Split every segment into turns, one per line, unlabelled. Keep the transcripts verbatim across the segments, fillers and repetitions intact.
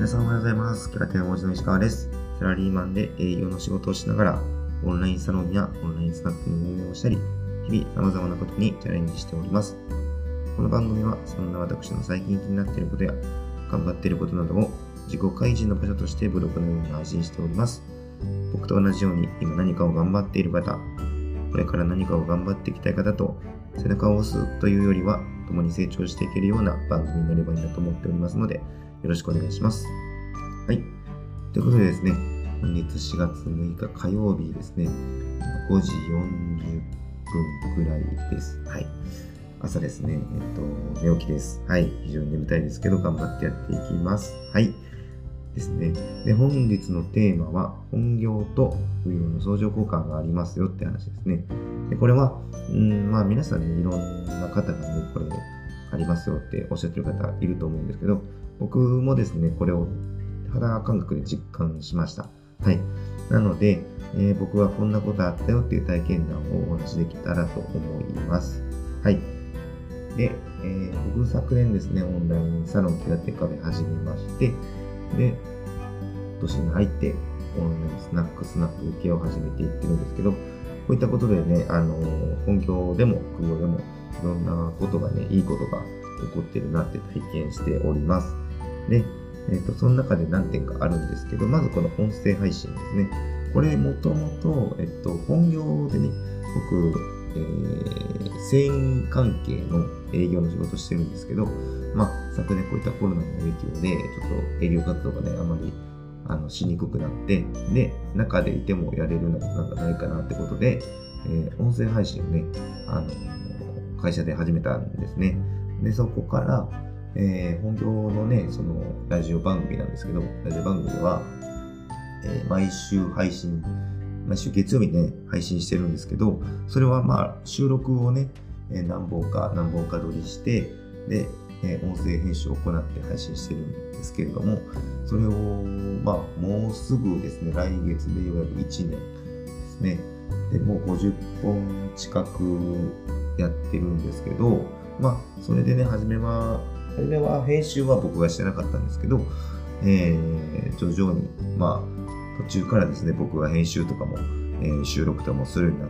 皆さんおはようございます。キャラテン王子の石川です。サラリーマンで営業の仕事をしながら、オンラインサロンやオンラインスナックの運営をしたり、日々様々なことにチャレンジしております。この番組は、そんな私の最近気になっていることや、頑張っていることなどを自己開示の場所としてブログのように配信しております。僕と同じように今何かを頑張っている方、これから何かを頑張っていきたい方と背中を押すというよりは共に成長していけるような番組になればいいなと思っておりますので、よろしくお願いします。はい。ということでですね、本日しがつむいか火曜日ですね、ごじよんじゅっぷんくらいです。はい。朝ですね、えっと、寝起きです。はい。非常に眠たいですけど、頑張ってやっていきます。はい。ですね。で、本日のテーマは、本業と副業の相乗効果がありますよって話ですね。で、これは、うん、まあ皆さんね、いろんな方がね、これありますよっておっしゃってる方いると思うんですけど、僕もですね、これを肌感覚で実感しました。はい。なので、えー、僕はこんなことあったよっていう体験談をお話しできたらと思います。はい。で、えー、僕昨年ですね、オンラインサロンキラテカフェ始めまして、で、今年に入ってオンラインスナックスナック受けを始めていってるんですけど、こういったことでね、あの、本業でも副業でもいろんなことがね、いいことが起こってるなって体験しております。で、えっと、その中で何点かあるんですけど、まずこの音声配信ですね。これもともと、えっと、本業でね、僕、えー、繊維関係の営業の仕事をしてるんですけど、まあ、昨年こういったコロナの影響で、ちょっと営業活動がね、あまりあのしにくくなって、で、中でいてもやれるようなことなんかないかなってことで、えー、音声配信をね、あの、会社で始めたんですね。で、そこから、えー、本業のね、そのラジオ番組なんですけど、ラジオ番組では、えー、毎週配信、毎週月曜日ね、配信してるんですけど、それはまあ、収録をね、えー、何本か、何本か撮りして、で、えー、音声編集を行って配信してるんですけれども、それを、まあ、もうすぐですね、来月でようやくいちねんですね。で、もうごじゅっぽん近くやってるんですけど、まあ、それでね、初めは、初めは編集は僕がしてなかったんですけど、えー、徐々に、まあ、途中からですね、僕が編集とかも、えー、収録とかもするようになって、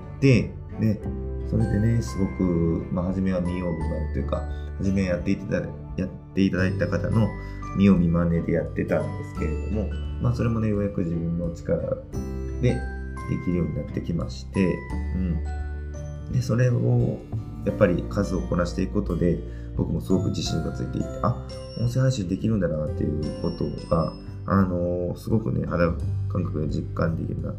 で、それでね、すごく、まあ、初めは見よう見まねというか、初めやっていただやっていただいた方の見よう見まねでやってたんですけれども、まあ、それもね、ようやく自分の力でできるようになってきまして、うん。で、それを、やっぱり数をこなしていくことで、僕もすごく自信がついていて、あ、音声配信できるんだなっていうことが、あのー、すごくね、肌感覚で実感できるようになって、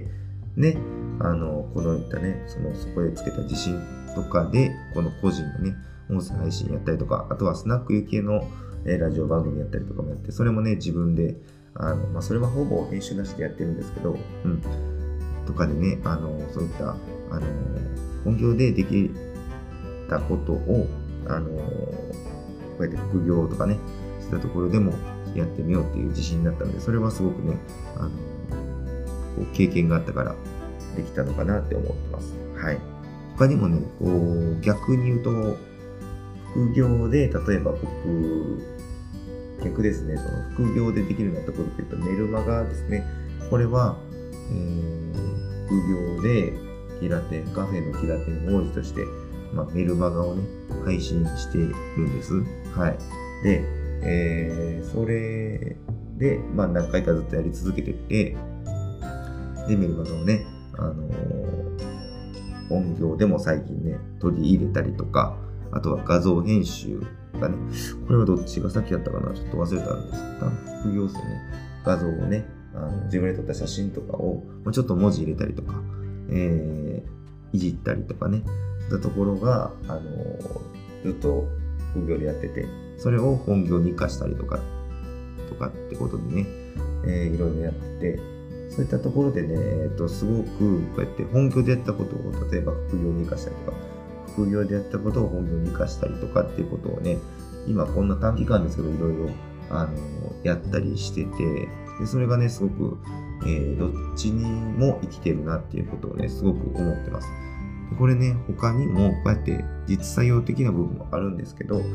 ね、あのー、このいったね、その、そこでつけた自信とかで、この個人のね、音声配信やったりとか、あとはスナック行きの、えー、ラジオ番組やったりとかもやって、それもね、自分で、あの、まあ、それはほぼ編集なしでやってるんですけど、うん、とかでね、あのー、そういった、あのー、本業でできたことを、あのー、こうやって副業とかね、したところでもやってみようっていう自信になったので、それはすごくね、あのー、こう経験があったからできたのかなって思ってます。はい。他にもね、こう、逆に言うと、副業で、例えば僕、逆ですね、その副業でできるようになったことって言うと、メルマガですね。これは、えー、副業で、キラテン、カフェのキラテン王子として、まあ、メルマガをね、配信してるんです。はい。で、えー、それで、まあ、何回かずっとやり続けてて、で、メルマガをね、あのー、本業でも最近ね、取り入れたりとか、あとは画像編集がね、これはどっちが先だったかな、ちょっと忘れたんですけど、副業ですよね。画像をね、あの自分で撮った写真とかを、ちょっと文字入れたりとか、えー、いじったりとかね、そういったところが、あのー、ずっと副業でやってて、それを本業に生かしたりとか、とかってことでね、えー、いろいろやってて、そういったところでね、えっと、すごくこうやって本業でやったことを、例えば副業に生かしたりとか、副業でやったことを本業に生かしたりとかっていうことをね、今こんな短期間ですけど、いろいろ、あのー、やったりしてて、でそれがね、すごく、えー、どっちにも生きてるなっていうことをね、すごく思ってます。これね、他にもこうやって実作用的な部分もあるんですけど、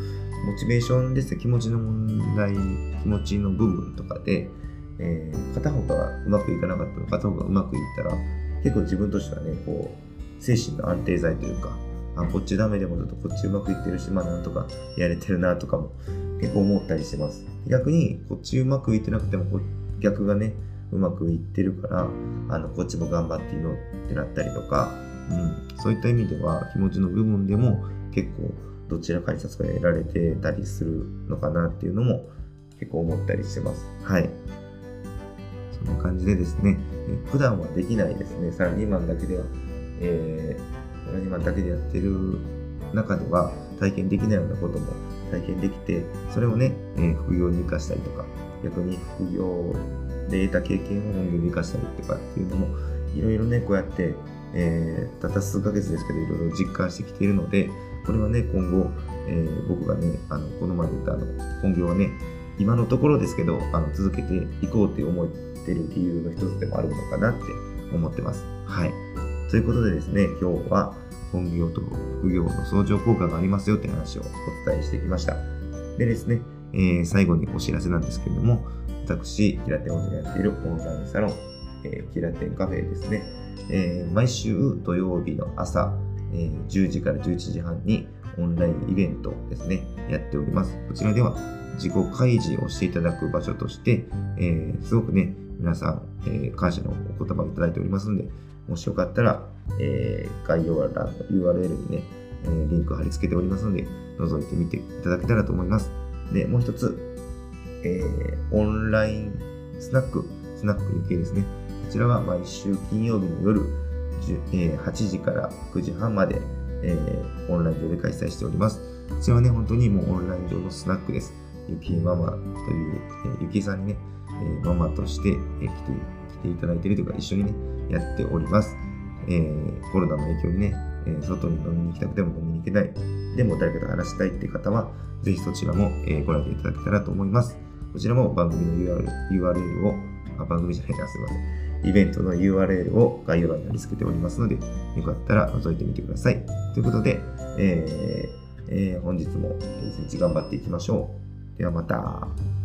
モチベーションですね、気持ちの問題、気持ちの部分とかで、えー、片方がうまくいかなかったら片方がうまくいったら、結構自分としてはね、こう、精神の安定剤というか、あ、こっちダメでもちょっとこっちうまくいってるし、まあなんとかやれてるなとかも結構思ったりしてます。逆に、こっちうまくいってなくても、逆がね、うまくいってるから、あの、こっちも頑張っていようってなったりとか、うん、そういった意味では気持ちの部分でも結構どちらかに支えられてたりするのかなっていうのも結構思ったりしてます。はい。そんな感じでですね、え普段はできないですね、サラリーマンだけでは、えー、サラリーマンだけでやってる中では体験できないようなことも体験できて、それをね、えー、副業に生かしたりとか、逆に副業で得た経験を本業に生かしたりとかっていうのもいろいろね、こうやってえー、たった数ヶ月ですけどいろいろ実感してきているので、これはね、今後、えー、僕がね、あのこの前言ったあの本業はね、今のところですけどあの続けていこうって思っている理由の一つでもあるのかなって思ってます。はい。ということでですね、今日は本業と副業の相乗効果がありますよって話をお伝えしてきました。でですね、えー、最後にお知らせなんですけれども、私、キラテン王子がやっているオンラインサロン、えー、キラテンカフェですね、えー、毎週土曜日の朝、えー、じゅうじからじゅういちじはんにオンラインイベントですね、やっております。こちらでは自己開示をしていただく場所として、えー、すごくね、皆さん、えー、感謝のお言葉をいただいておりますので、もしよかったら、えー、概要欄の ユーアールエル にね、えー、リンク貼り付けておりますので、覗いてみていただけたらと思います。で、もう一つ、えー、オンラインスナック、スナック ユーケー ですね。こちらは毎週金曜日の夜はちじからくじはんまで、えー、オンライン上で開催しております。こちらはね、本当にもうオンライン上のスナックです。ゆきママという、えー、ゆきさんにね、えー、ママとして、えー、来て、来ていただいているというか、一緒にね、やっております。えー、コロナの影響にね、えー、外に飲みに行きたくても飲みに行けない。でも誰かと話したいっていう方は、ぜひそちらも、えー、ご覧いただけたらと思います。こちらも番組の ユーアールエル, ユーアールエル を、あ、番組じゃないな、すいません。イベントの ユーアールエル を概要欄に貼り付けておりますので、よかったら覗いてみてください。ということで、えーえー、本日も一日頑張っていきましょう。ではまた。